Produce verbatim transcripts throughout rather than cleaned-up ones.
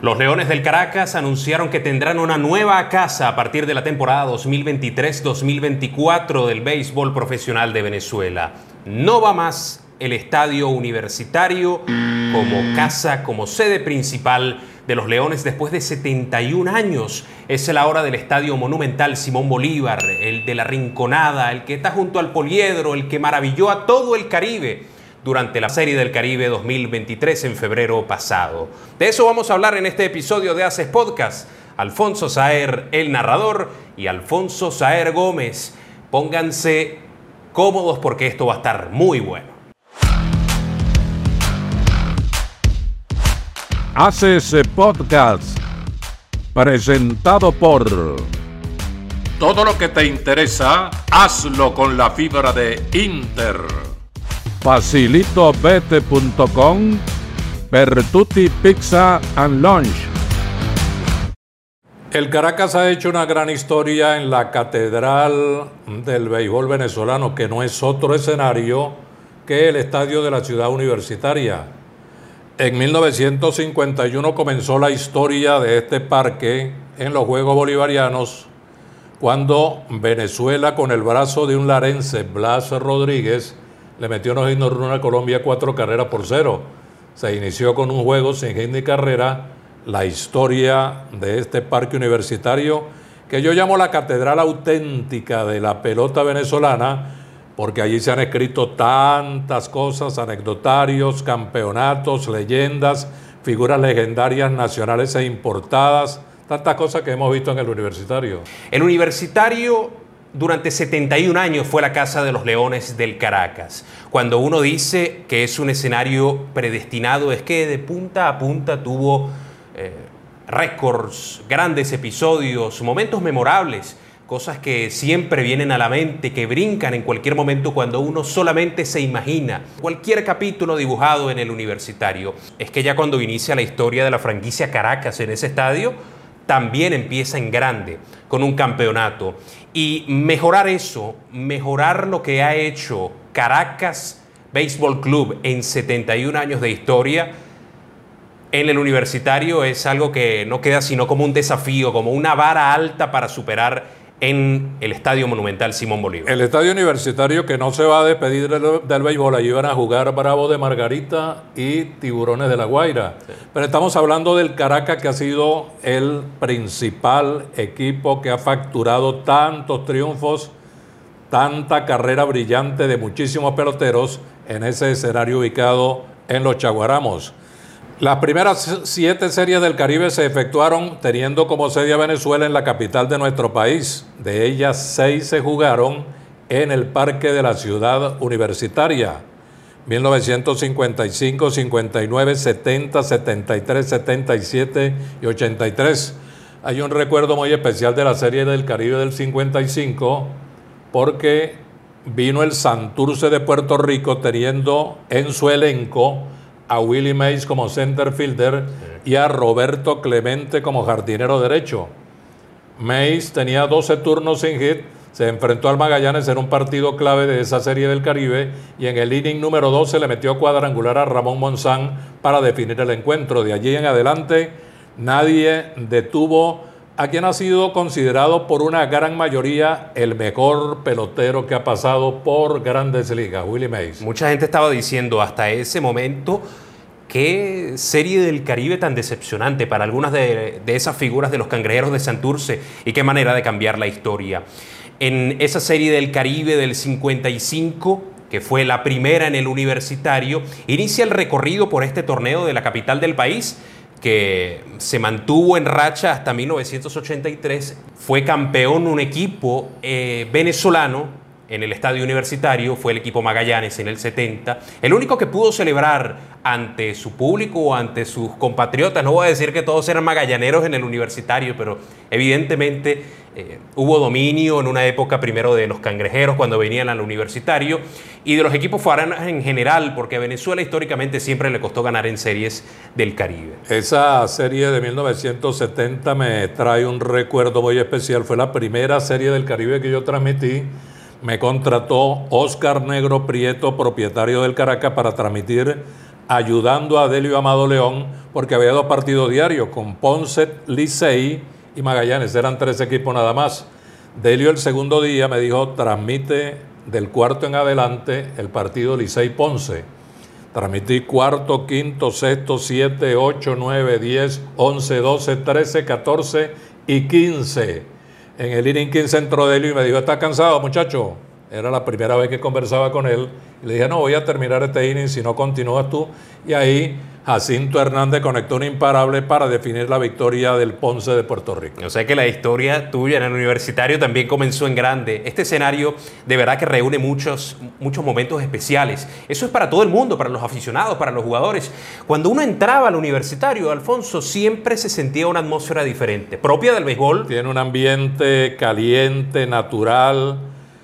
Los Leones del Caracas anunciaron que tendrán una nueva casa a partir de la temporada dos mil veintitrés dos mil veinticuatro del béisbol profesional de Venezuela. No va más el Estadio Universitario como casa, como sede principal de los Leones después de setenta y un años. Es la hora del Estadio Monumental Simón Bolívar, el de la Rinconada, el que está junto al Poliedro, el que maravilló a todo el Caribe durante la Serie del Caribe dos mil veintitrés en febrero pasado. De eso vamos a hablar en este episodio de Haces Podcast. Alfonso Saer, el narrador, y Alfonso Saer Gómez. Pónganse cómodos porque esto va a estar muy bueno. Haces Podcast, presentado por todo lo que te interesa, hazlo con la fibra de Inter. Facilito Bet punto com, Bertuti Pizza and Lunch. El Caracas ha hecho una gran historia en la catedral del béisbol venezolano, que no es otro escenario que el estadio de la Ciudad Universitaria. En mil novecientos cincuenta y uno comenzó la historia de este parque en los Juegos Bolivarianos, cuando Venezuela, con el brazo de un larense, Blas Rodríguez, le metió unos hit and run a Colombia cuatro carreras por cero. Se inició con un juego sin hit ni carrera, la historia de este parque universitario, que yo llamo la catedral auténtica de la pelota venezolana, porque allí se han escrito tantas cosas, anecdotarios, campeonatos, leyendas, figuras legendarias nacionales e importadas, tantas cosas que hemos visto en el Universitario. El Universitario durante setenta y un años fue la casa de los Leones del Caracas. Cuando uno dice que es un escenario predestinado, es que de punta a punta tuvo eh, récords, grandes episodios, momentos memorables, cosas que siempre vienen a la mente, que brincan en cualquier momento cuando uno solamente se imagina cualquier capítulo dibujado en el Universitario. Es que ya cuando inicia la historia de la franquicia Caracas en ese estadio, también empieza en grande, con un campeonato. Y mejorar eso, mejorar lo que ha hecho Caracas Baseball Club en setenta y un años de historia en el Universitario es algo que no queda sino como un desafío, como una vara alta para superar en el Estadio Monumental Simón Bolívar. El Estadio Universitario, que no se va a despedir del, del béisbol, allí van a jugar Bravos de Margarita y Tiburones de La Guaira. Sí. Pero estamos hablando del Caracas, que ha sido el principal equipo que ha facturado tantos triunfos, tanta carrera brillante de muchísimos peloteros en ese escenario ubicado en Los Chaguaramos. Las primeras siete series del Caribe se efectuaron teniendo como sede a Venezuela en la capital de nuestro país. De ellas, seis se jugaron en el Parque de la Ciudad Universitaria. mil novecientos cincuenta y cinco, cincuenta y nueve, setenta, setenta y tres, setenta y siete y ochenta y tres. Hay un recuerdo muy especial de la Serie del Caribe del cincuenta y cinco, porque vino el Santurce de Puerto Rico teniendo en su elenco a Willie Mays como center fielder y a Roberto Clemente como jardinero derecho. Mays tenía doce turnos sin hit, se enfrentó al Magallanes en un partido clave de esa Serie del Caribe y en el inning número doce le metió cuadrangular a Ramón Monzán para definir el encuentro. De allí en adelante nadie detuvo a quien ha sido considerado por una gran mayoría el mejor pelotero que ha pasado por Grandes Ligas, Willie Mays. Mucha gente estaba diciendo hasta ese momento qué Serie del Caribe tan decepcionante para algunas de, de esas figuras de los Cangrejeros de Santurce y qué manera de cambiar la historia. En esa Serie del Caribe del cincuenta y cinco, que fue la primera en el Universitario, inicia el recorrido por este torneo de la capital del país, que se mantuvo en racha hasta mil novecientos ochenta y tres. Fue campeón un equipo eh, venezolano en el Estadio Universitario, fue el equipo Magallanes en el setenta. El único que pudo celebrar ante su público o ante sus compatriotas, no voy a decir que todos eran magallaneros en el Universitario, pero evidentemente eh, hubo dominio en una época primero de los Cangrejeros cuando venían al Universitario y de los equipos foráneos en general, porque a Venezuela históricamente siempre le costó ganar en series del Caribe. Esa serie de mil novecientos setenta me trae un recuerdo muy especial. Fue la primera serie del Caribe que yo transmití. Me contrató Oscar Negro Prieto, propietario del Caracas, para transmitir ayudando a Delio Amado León, porque había dos partidos diarios, con Ponce, Licey y Magallanes, eran tres equipos nada más. Delio el segundo día me dijo, transmite del cuarto en adelante el partido Licey-Ponce. Transmití cuarto, quinto, sexto, siete, ocho, nueve, diez, once, doce, trece, catorce y quince. En el inning quince entró Delio y me dijo, ¿estás cansado, muchacho? Era la primera vez que conversaba con él. Y le dije, no, voy a terminar este inning si no continúas tú. Y ahí Jacinto Hernández conectó un imparable para definir la victoria del Ponce de Puerto Rico. O sea que la historia tuya en el Universitario también comenzó en grande. Este escenario de verdad que reúne muchos, muchos momentos especiales. Eso es para todo el mundo, para los aficionados, para los jugadores. Cuando uno entraba al Universitario, Alfonso, siempre se sentía una atmósfera diferente, propia del béisbol. Tiene un ambiente caliente, natural.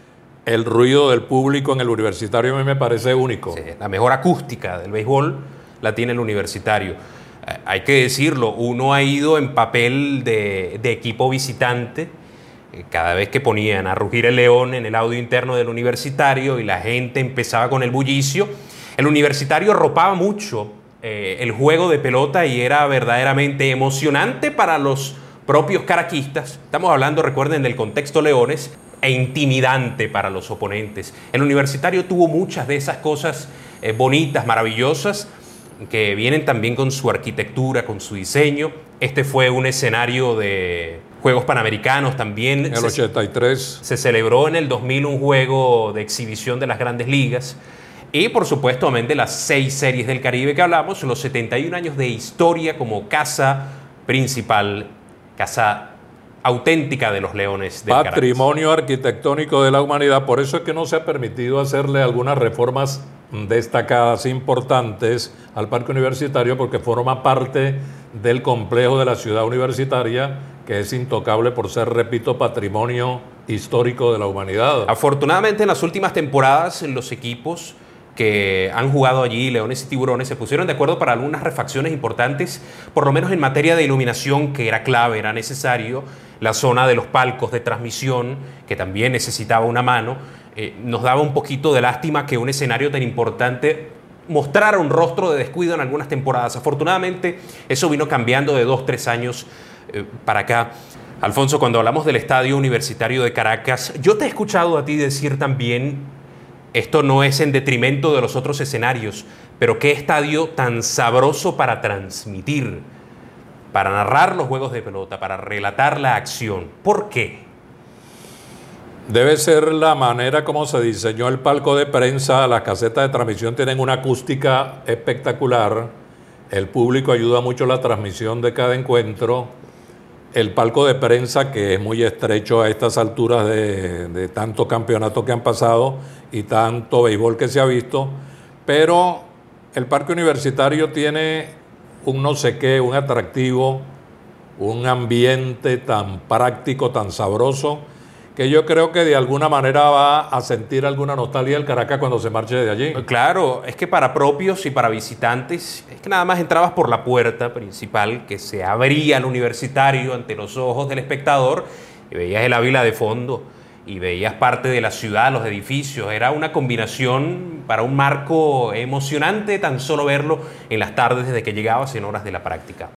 El ruido del público en el Universitario a mí me parece único. Sí, la mejor acústica del béisbol la tiene el Universitario. Eh, hay que decirlo, uno ha ido en papel de, de equipo visitante eh, cada vez que ponían a rugir el león en el audio interno del Universitario y la gente empezaba con el bullicio. El Universitario arropaba mucho eh, el juego de pelota y era verdaderamente emocionante para los propios caraquistas. Estamos hablando, recuerden, del contexto Leones, e intimidante para los oponentes. El Universitario tuvo muchas de esas cosas eh, bonitas, maravillosas, que vienen también con su arquitectura, con su diseño. Este fue un escenario de Juegos Panamericanos también. En el ochenta y tres. Se, se celebró en el dos mil un juego de exhibición de las Grandes Ligas. Y por supuesto, de las seis series del Caribe que hablamos, los setenta y un años de historia como casa principal, casa auténtica de los Leones del Caracas. Patrimonio arquitectónico de la humanidad. Por eso es que no se ha permitido hacerle algunas reformas destacadas, importantes al Parque Universitario, porque forma parte del complejo de la ciudad universitaria, que es intocable por ser, repito, patrimonio histórico de la humanidad. Afortunadamente, en las últimas temporadas, los equipos que han jugado allí, Leones y Tiburones, se pusieron de acuerdo para algunas refacciones importantes, por lo menos en materia de iluminación, que era clave, era necesario. La zona de los palcos de transmisión, que también necesitaba una mano. Eh, nos daba un poquito de lástima que un escenario tan importante mostrara un rostro de descuido en algunas temporadas. Afortunadamente, eso vino cambiando de dos, tres años eh, para acá. Alfonso, cuando hablamos del Estadio Universitario de Caracas, yo te he escuchado a ti decir también, esto no es en detrimento de los otros escenarios, pero qué estadio tan sabroso para transmitir, para narrar los juegos de pelota, para relatar la acción. ¿Por qué? Debe ser la manera como se diseñó el palco de prensa. Las casetas de transmisión tienen una acústica espectacular. El público ayuda mucho a la transmisión de cada encuentro. El palco de prensa, que es muy estrecho a estas alturas de, de tanto campeonato que han pasado y tanto béisbol que se ha visto, pero el Parque Universitario tiene un no sé qué, un atractivo, un ambiente tan práctico, tan sabroso, que yo creo que de alguna manera va a sentir alguna nostalgia el Caracas cuando se marche de allí. Claro, es que para propios y para visitantes, es que nada más entrabas por la puerta principal que se abría al Universitario ante los ojos del espectador y veías el Ávila de fondo y veías parte de la ciudad, los edificios. Era una combinación para un marco emocionante tan solo verlo en las tardes desde que llegabas en horas de la práctica.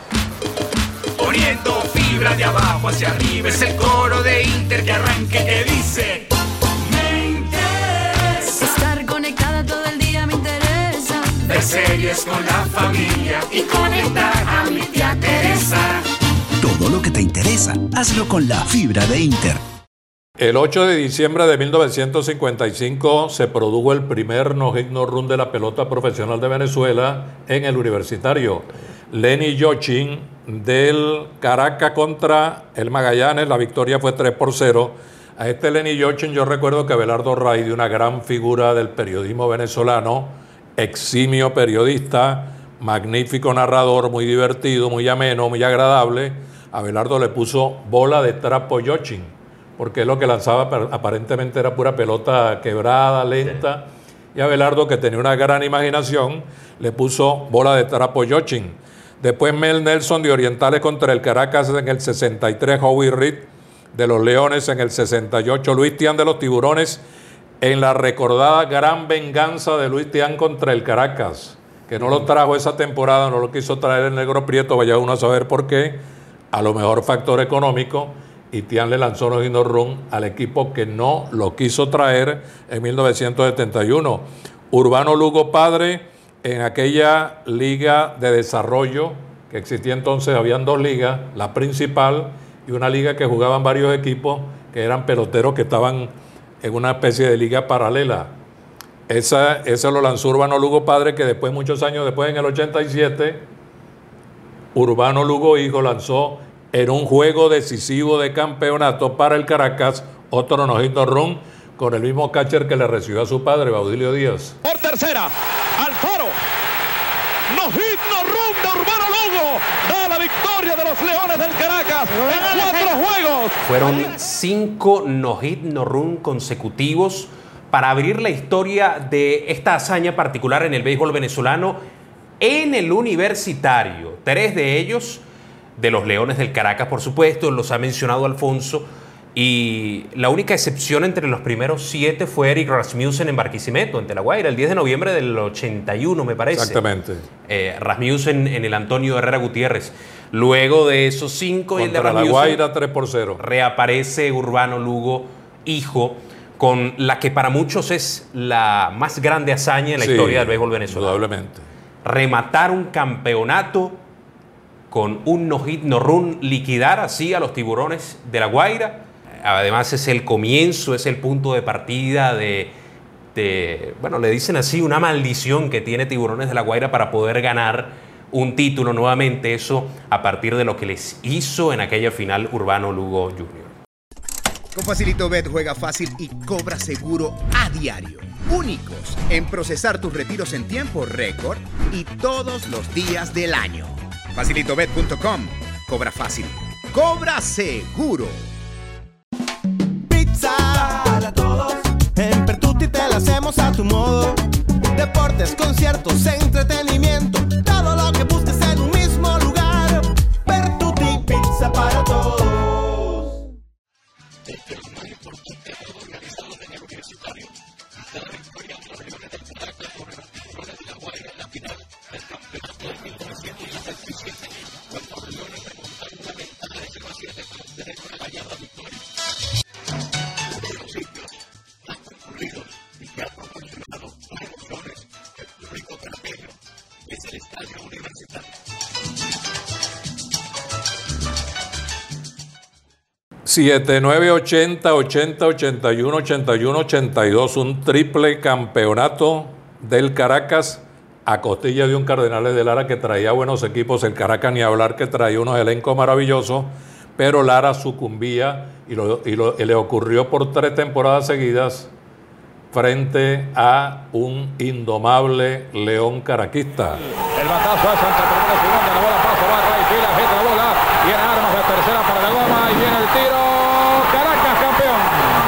Poniendo fibra de abajo hacia arriba, es el coro de Inter que arranque que dice: me interesa estar conectada todo el día, me interesa ver series con la familia y conectar a mi tía Teresa. Todo lo que te interesa, hazlo con la fibra de Inter. El ocho de diciembre de mil novecientos cincuenta y cinco se produjo el primer no-hit no-run de la pelota profesional de Venezuela en el Universitario. Lenny Yochin del Caracas contra el Magallanes, la victoria fue tres por cero. A este Lenny Yochin yo recuerdo que Abelardo Rayde, una gran figura del periodismo venezolano, eximio periodista, magnífico narrador, muy divertido, muy ameno, muy agradable, Abelardo le puso bola de trapo Yochin, porque lo que lanzaba aparentemente era pura pelota quebrada, lenta, y Abelardo, que tenía una gran imaginación, le puso bola de trapo Yochin. Después Mel Nelson de Orientales contra el Caracas en el sesenta y tres, Howie Reed de los Leones en el sesenta y ocho, Luis Tian de los Tiburones en la recordada gran venganza de Luis Tian contra el Caracas que no lo trajo esa temporada, no lo quiso traer el Negro Prieto, vaya uno a saber por qué, a lo mejor factor económico, y Tian le lanzó no hit no run al equipo que no lo quiso traer en mil novecientos setenta y uno. Urbano Lugo padre, en aquella liga de desarrollo que existía entonces, habían dos ligas, la principal y una liga que jugaban varios equipos que eran peloteros que estaban en una especie de liga paralela. Esa, ese lo lanzó Urbano Lugo padre, que después, muchos años después, en el ochenta y siete, Urbano Lugo hijo lanzó en un juego decisivo de campeonato para el Caracas otro no hit no run con el mismo catcher que le recibió a su padre, Baudilio Díaz. Por tercera, Alfaro. No hit no run de Urbano Lugo. Da la victoria de los Leones del Caracas en cuatro juegos. Fueron cinco no hit no run consecutivos para abrir la historia de esta hazaña particular en el béisbol venezolano en el universitario. Tres de ellos de los Leones del Caracas, por supuesto, los ha mencionado Alfonso, y la única excepción entre los primeros siete fue Eric Rasmussen en Barquisimeto, en La Guaira, el diez de noviembre del ochenta y uno, me parece. Exactamente. Eh, Rasmussen en el Antonio Herrera Gutiérrez. Luego de esos cinco, y el de Contra La Rasmussen, Guaira tres por cero. reaparece Urbano Lugo, hijo, con la que para muchos es la más grande hazaña en la Sí, historia del béisbol venezolano. Indudablemente. Rematar un campeonato con un no hit no run, liquidar así a los Tiburones de La Guaira. Además es el comienzo, es el punto de partida de, de, bueno, le dicen así, una maldición que tiene Tiburones de La Guaira para poder ganar un título nuevamente, eso a partir de lo que les hizo en aquella final Urbano Lugo junior Con Facilito Bet juega fácil y cobra seguro a diario. Únicos en procesar tus retiros en tiempo récord y todos los días del año. Facilito Bet punto com. Cobra fácil. Cobra seguro. Pizza para todos. En Pertuti te la hacemos a tu modo. Deportes, conciertos, entretenimiento. Todo lo que busques en un mismo lugar. Pertuti, pizza para todos. siete nueve ochenta ochenta ochenta y uno ochenta y uno ochenta y dos, un triple campeonato del Caracas a costilla de un Cardenales de Lara que traía buenos equipos. El Caracas, ni hablar, que traía unos elencos maravillosos, pero Lara sucumbía y, lo, y, lo, y le ocurrió por tres temporadas seguidas frente a un indomable León caraquista. El batazo es ante primera y segunda, la bola pasa, va a raíz, fila, agita la bola, viene Armas de tercera para la goma y viene el tiro. Caracas campeón.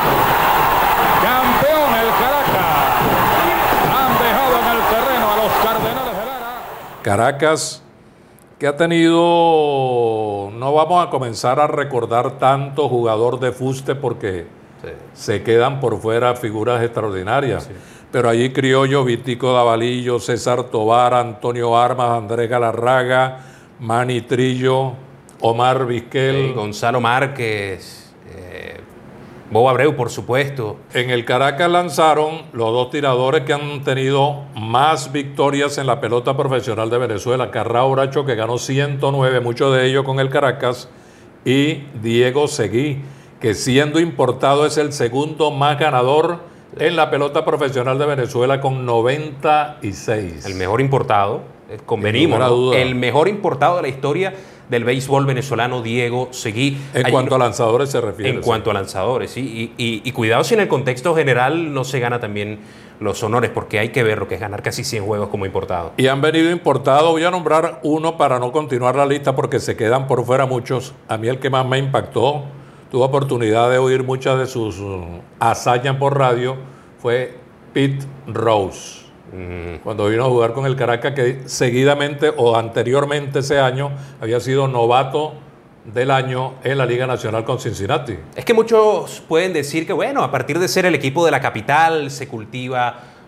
Campeón el Caracas. Han dejado en el terreno a los Cardenales de Lara. Caracas, que ha tenido, no vamos a comenzar a recordar tanto jugador de fuste porque sí, se quedan por fuera figuras extraordinarias. Sí. Pero allí Criollo, Vitico Davalillo, César Tobar, Antonio Armas, Andrés Galarraga, Manny Trillo, Omar Vizquel. Sí, Gonzalo Márquez, eh, Bob Abreu, por supuesto. En el Caracas lanzaron los dos tiradores que han tenido más victorias en la pelota profesional de Venezuela. Carrao Bracho, que ganó ciento nueve, muchos de ellos con el Caracas, y Diego Seguí, que siendo importado es el segundo más ganador en la pelota profesional de Venezuela con noventa y seis. El mejor importado, convenimos, ¿no? El mejor importado de la historia del béisbol venezolano, Diego Seguí. En Allí, cuanto a lanzadores se refiere. En sí. cuanto a lanzadores, sí. Y, y, y cuidado si en el contexto general no se gana también los honores, porque hay que ver lo que es ganar casi cien juegos como importado. Y han venido importados. Voy a nombrar uno para no continuar la lista porque se quedan por fuera muchos. A mí el que más me impactó, tuve oportunidad de oír muchas de sus uh, hazañas por radio, fue Pete Rose. Mm. Cuando vino a jugar con el Caracas, que seguidamente o anteriormente ese año había sido novato del año en la Liga Nacional con Cincinnati. Es que muchos pueden decir que, bueno, a partir de ser el equipo de la capital se cultiva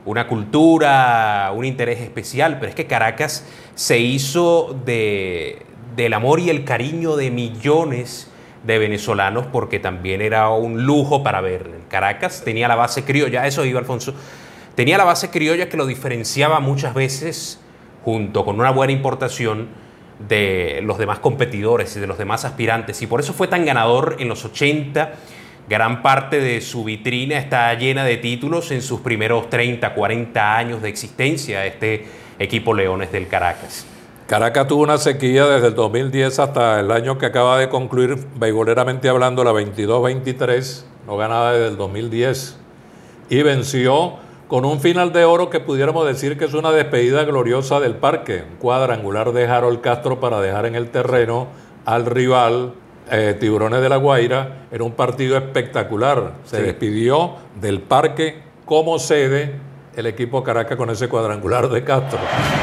una cultura, un interés especial, pero es que Caracas se hizo de, del amor y el cariño de millones de venezolanos, porque también era un lujo para ver. Caracas tenía la base criolla, eso iba Alfonso, tenía la base criolla que lo diferenciaba muchas veces, junto con una buena importación, de los demás competidores y de los demás aspirantes, y por eso fue tan ganador en los ochenta. Gran parte de su vitrina está llena de títulos en sus primeros treinta, cuarenta años de existencia, este equipo Leones del Caracas. Caracas tuvo una sequía desde el dos mil diez hasta el año que acaba de concluir, beisboleramente hablando, la veintidós veintitrés, no ganaba desde el dos mil diez, y venció con un final de oro que pudiéramos decir que es una despedida gloriosa del parque, un cuadrangular de Harold Castro para dejar en el terreno al rival eh, Tiburones de La Guaira. Era un partido espectacular, se sí. despidió del parque como sede el equipo Caracas con ese cuadrangular de Castro.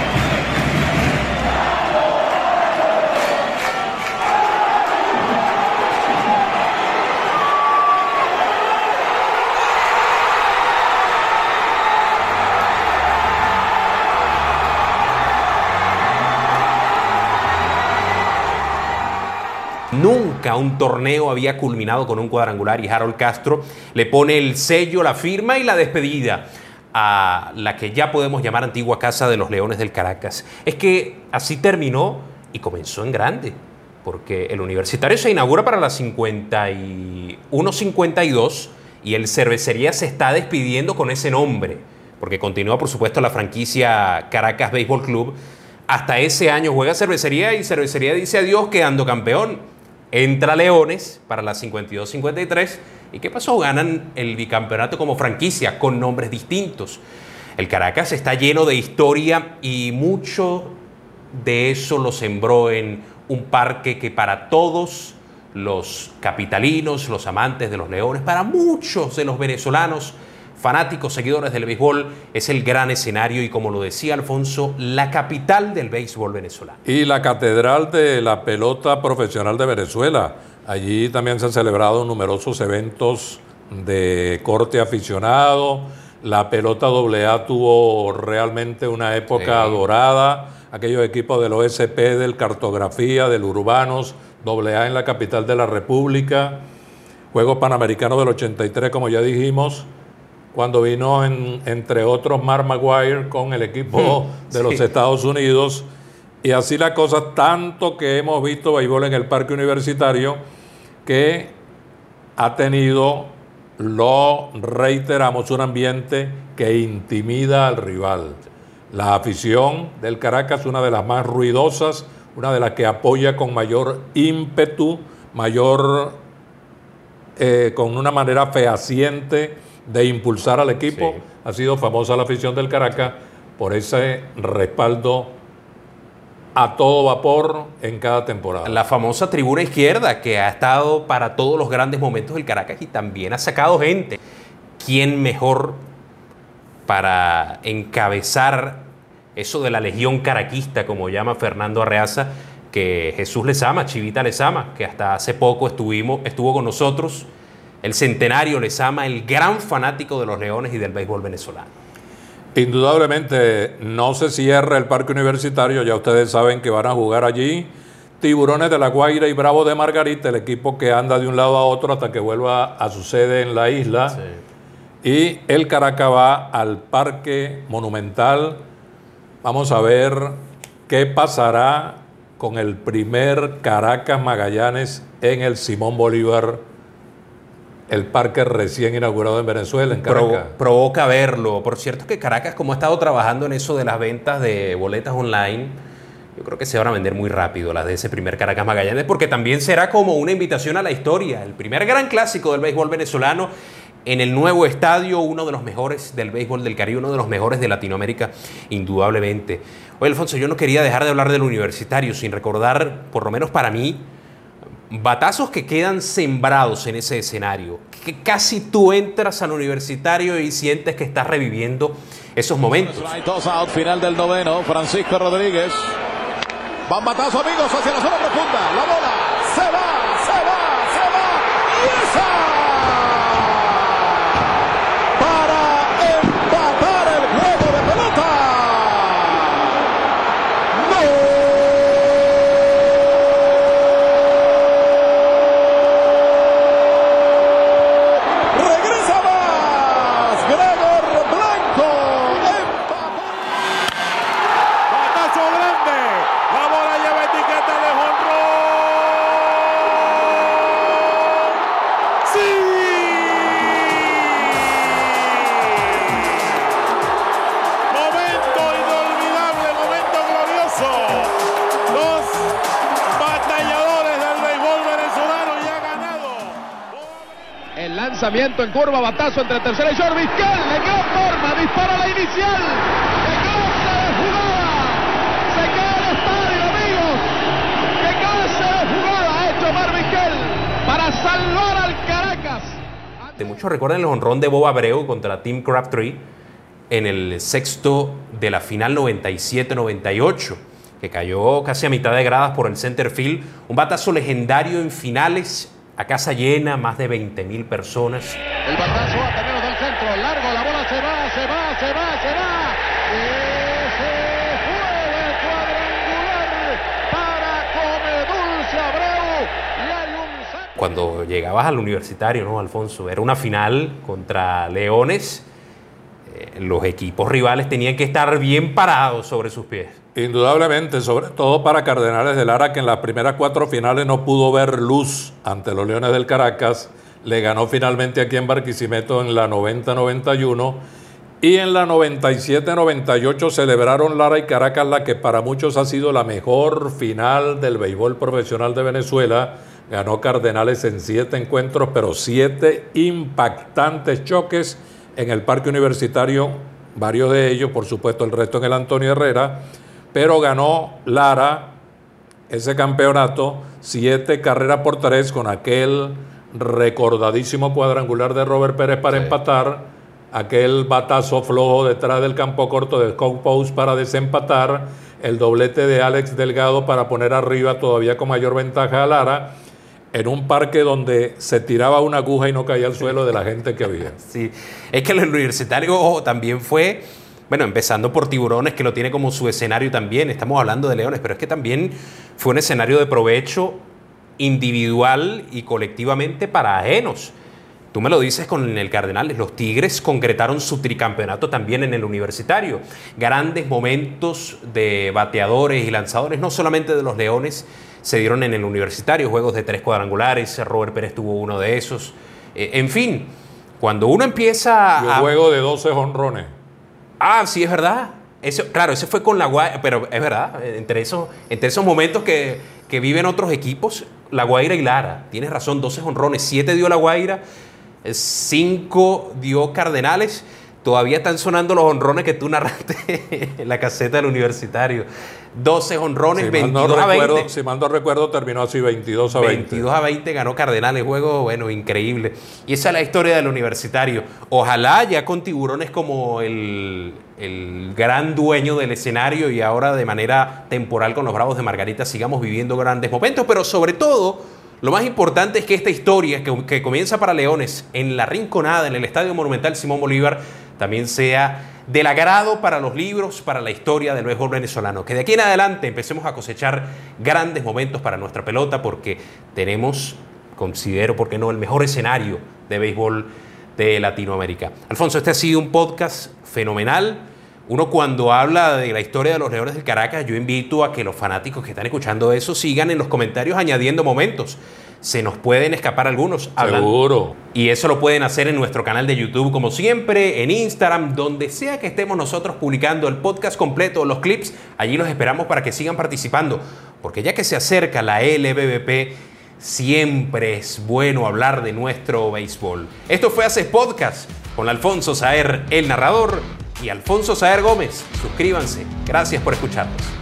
Nunca un torneo había culminado con un cuadrangular, y Harold Castro le pone el sello, la firma y la despedida a la que ya podemos llamar antigua casa de los Leones del Caracas. Es que así terminó y comenzó en grande, porque el Universitario se inaugura para las cincuenta y uno cincuenta y dos y el Cervecería se está despidiendo con ese nombre, porque continúa, por supuesto, la franquicia Caracas Baseball Club. Hasta ese año juega Cervecería y Cervecería dice adiós quedando campeón. Entra Leones para las cincuenta y dos cincuenta y tres. ¿Y qué pasó? Ganan el bicampeonato como franquicia con nombres distintos. El Caracas está lleno de historia y mucho de eso lo sembró en un parque que para todos los capitalinos, los amantes de los Leones, para muchos de los venezolanos, fanáticos, seguidores del béisbol, es el gran escenario y, como lo decía Alfonso, la capital del béisbol venezolano. Y la catedral de la pelota profesional de Venezuela. Allí también se han celebrado numerosos eventos de corte aficionado. La pelota doble A tuvo realmente una época sí. dorada. Aquellos equipos del O S P, del Cartografía, del Urbanos, doble A en la capital de la República. Juegos Panamericanos del ochenta y tres, como ya dijimos, cuando vino, en, entre otros, Mark Maguire con el equipo de los sí. Estados Unidos. Y así la cosa, tanto que hemos visto béisbol en el Parque Universitario, que ha tenido, lo reiteramos, un ambiente que intimida al rival. La afición del Caracas, una de las más ruidosas, una de las que apoya con mayor ímpetu, mayor, eh, con una manera fehaciente de impulsar al equipo. Sí. Ha sido famosa la afición del Caracas por ese respaldo a todo vapor en cada temporada. La famosa tribuna izquierda, que ha estado para todos los grandes momentos del Caracas y también ha sacado gente. ¿Quién mejor para encabezar eso de la legión caraquista, como llama Fernando Arreaza, que Jesús Lezama, Chivita Lezama, que hasta hace poco estuvimos, estuvo con nosotros? El centenario Lezama, el gran fanático de los Leones y del béisbol venezolano. Indudablemente no se cierra el Parque Universitario, ya ustedes saben que van a jugar allí Tiburones de La Guaira y Bravos de Margarita, el equipo que anda de un lado a otro hasta que vuelva a su sede en la isla. Sí. Y el Caracas va al Parque Monumental. Vamos a ver qué pasará con el primer Caracas Magallanes en el Simón Bolívar, el parque recién inaugurado en Venezuela, en Caracas. Pro, provoca verlo. Por cierto, que Caracas, como ha estado trabajando en eso de las ventas de boletas online, yo creo que se van a vender muy rápido las de ese primer Caracas Magallanes, porque también será como una invitación a la historia. El primer gran clásico del béisbol venezolano en el nuevo estadio, uno de los mejores del béisbol del Caribe, uno de los mejores de Latinoamérica, indudablemente. Oye, Alfonso, yo no quería dejar de hablar del Universitario sin recordar, por lo menos para mí, batazos que quedan sembrados en ese escenario, que casi tú entras al Universitario y sientes que estás reviviendo esos momentos. Dos out, final del noveno, Francisco Rodríguez. Van batazo, amigos, hacia la zona profunda. La bola se va, se va, se va. Y esa para empatar el lanzamiento en curva, batazo entre tercera y short. Vizquel, de gran forma, dispara la inicial. ¡Qué clase de jugada! Se queda el estadio, amigos. ¡Qué clase de jugada ha hecho Omar Vizquel para salvar al Caracas! De muchos recuerdan el jonrón de Bob Abreu contra Tim Crabtree en el sexto de la final noventa y siete noventa y ocho, que cayó casi a mitad de gradas por el center field. Un batazo legendario en finales, a casa llena, más de veinte mil personas. El batazo a terreno del centro, largo, la bola se va, se va, se va, se va. Ese fue el cuadrangular para Come Dulce Abreu. Y hay un... Cuando llegabas al Universitario, ¿no, Alfonso? Era una final contra Leones. Eh, los equipos rivales tenían que estar bien parados sobre sus pies. Indudablemente, sobre todo para Cardenales de Lara, que en las primeras cuatro finales no pudo ver luz ante los Leones del Caracas. Le ganó finalmente aquí en Barquisimeto en la noventa noventa y uno. Y en la noventa y siete noventa y ocho celebraron Lara y Caracas la que para muchos ha sido la mejor final del béisbol profesional de Venezuela. Ganó Cardenales en siete encuentros, pero siete impactantes choques en el Parque Universitario. Varios de ellos, por supuesto, el resto en el Antonio Herrera. Pero ganó Lara ese campeonato, siete carreras por tres, con aquel recordadísimo cuadrangular de Robert Pérez para sí. empatar, aquel batazo flojo detrás del campo corto de Scott Post para desempatar, el doblete de Alex Delgado para poner arriba todavía con mayor ventaja a Lara, en un parque donde se tiraba una aguja y no caía al suelo de la gente que había. Sí, es que el Universitario ojo, también fue... Bueno, empezando por Tiburones, que lo tiene como su escenario también. Estamos hablando de Leones, pero es que también fue un escenario de provecho individual y colectivamente para ajenos. Tú me lo dices con el Cardenales. Los Tigres concretaron su tricampeonato también en el Universitario. Grandes momentos de bateadores y lanzadores, no solamente de los Leones, se dieron en el Universitario. Juegos de tres cuadrangulares, Robert Pérez tuvo uno de esos. Eh, en fin, cuando uno empieza y un a... juego de doce jonrones. Ah, sí, es verdad. Eso, claro, ese fue con la Guaira, pero es verdad, entre esos, entre esos momentos que, que viven otros equipos, La Guaira y Lara. Tienes razón, doce jonrones, siete dio La Guaira, cinco dio Cardenales. Todavía están sonando los jonrones que tú narraste en la caseta del Universitario. doce jonrones, si veintidós no a recuerdo, veinte. Si mal no recuerdo, terminó así veintidós a veinte. veintidós a veinte ganó Cardenales, juego, bueno, increíble. Y esa es la historia del Universitario. Ojalá ya con Tiburones como el, el gran dueño del escenario y ahora de manera temporal con los Bravos de Margarita sigamos viviendo grandes momentos, pero sobre todo, lo más importante es que esta historia que, que comienza para Leones en la Rinconada, en el Estadio Monumental Simón Bolívar, también sea del agrado para los libros, para la historia del béisbol venezolano. Que de aquí en adelante empecemos a cosechar grandes momentos para nuestra pelota porque tenemos, considero, ¿por qué no?, el mejor escenario de béisbol de Latinoamérica. Alfonso, este ha sido un podcast fenomenal. Uno cuando habla de la historia de los Leones del Caracas, yo invito a que los fanáticos que están escuchando eso sigan en los comentarios añadiendo momentos. Se nos pueden escapar algunos. Seguro. Y eso lo pueden hacer en nuestro canal de YouTube, como siempre, en Instagram, donde sea que estemos nosotros publicando el podcast completo, los clips, allí los esperamos para que sigan participando. Porque ya que se acerca la L B B P, siempre es bueno hablar de nuestro béisbol. Esto fue Haces Podcast con Alfonso Saer, el narrador, y Alfonso Saer Gómez. Suscríbanse. Gracias por escucharnos.